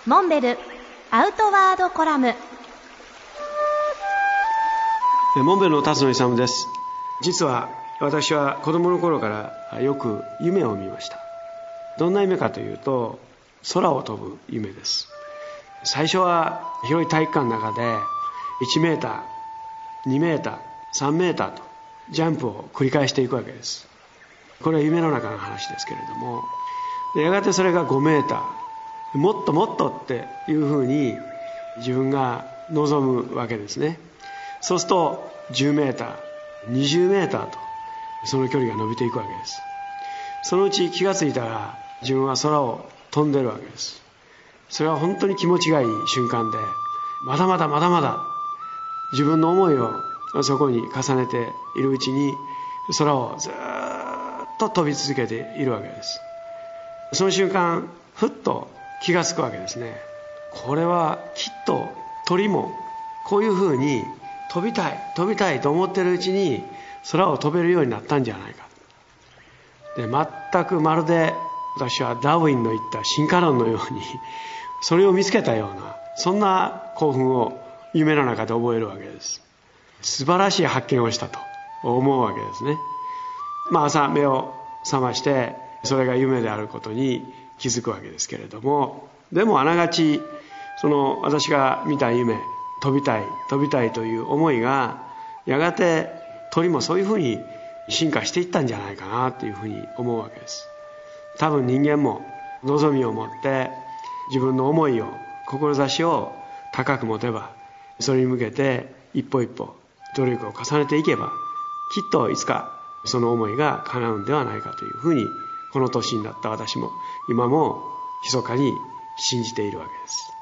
モンベルアウトワードコラム。 モンベルの辰野勇です。実は私は子供の頃からよく夢を見ました。どんな夢かというと、空を飛ぶ夢です。最初は広い体育館の中で1メーター、2メーター、3メーターとジャンプを繰り返していくわけです。これは夢の中の話ですけれども、やがてそれが5メーター、もっともっとっていうふうに自分が望むわけですね。そうすると10メーター、20メーターとその距離が伸びていくわけです。そのうち気がついたら自分は空を飛んでるわけです。それは本当に気持ちがいい瞬間で、まだまだまだまだ自分の思いをそこに重ねているうちに空をずっと飛び続けているわけです。その瞬間ふっと気がつくわけですね。これはきっと鳥もこういうふうに飛びたいと思っているうちに空を飛べるようになったんじゃないか。で、全くまるで私はダーウィンの言った進化論のようにそれを見つけたような、そんな興奮を夢の中で覚えるわけです。素晴らしい発見をしたと思うわけですね。朝目を覚ましてそれが夢であることに気づくわけですけれども、でもあながちその私が見た夢、飛びたいという思いがやがて鳥もそういうふうに進化していったんじゃないかなというふうに思うわけです。多分人間も望みを持って自分の思いを、志を高く持てば、それに向けて一歩一歩努力を重ねていけば、きっといつかその思いが叶うんではないかというふうに、この年になった私も今も密かに信じているわけです。